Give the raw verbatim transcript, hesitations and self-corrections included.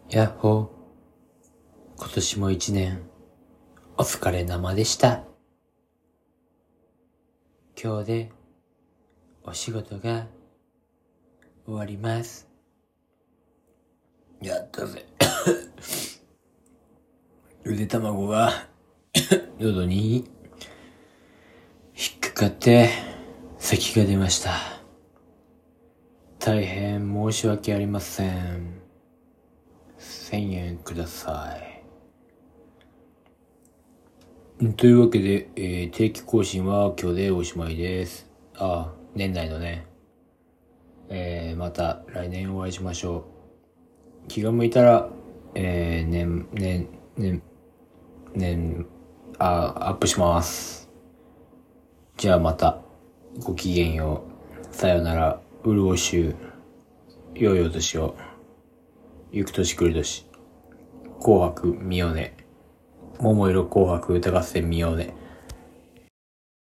やっほー。今年も一年、お疲れ生でした。今日で、お仕事が、終わります。やったぜ。ゆで卵が、喉に、引っかかって、咳が出ました。大変申し訳ありません。千円ください。というわけで、えー、定期更新は今日でおしまいです。ああ、年内のね。えー、また来年お会いしましょう。気が向いたら、えー、年、年、年、年、あ、アップします。じゃあまた、ごきげんよう。さよなら、うるおしゅう。よいお年を。ゆく年来る年。紅白見ようね。桃色紅白歌合戦見ようね。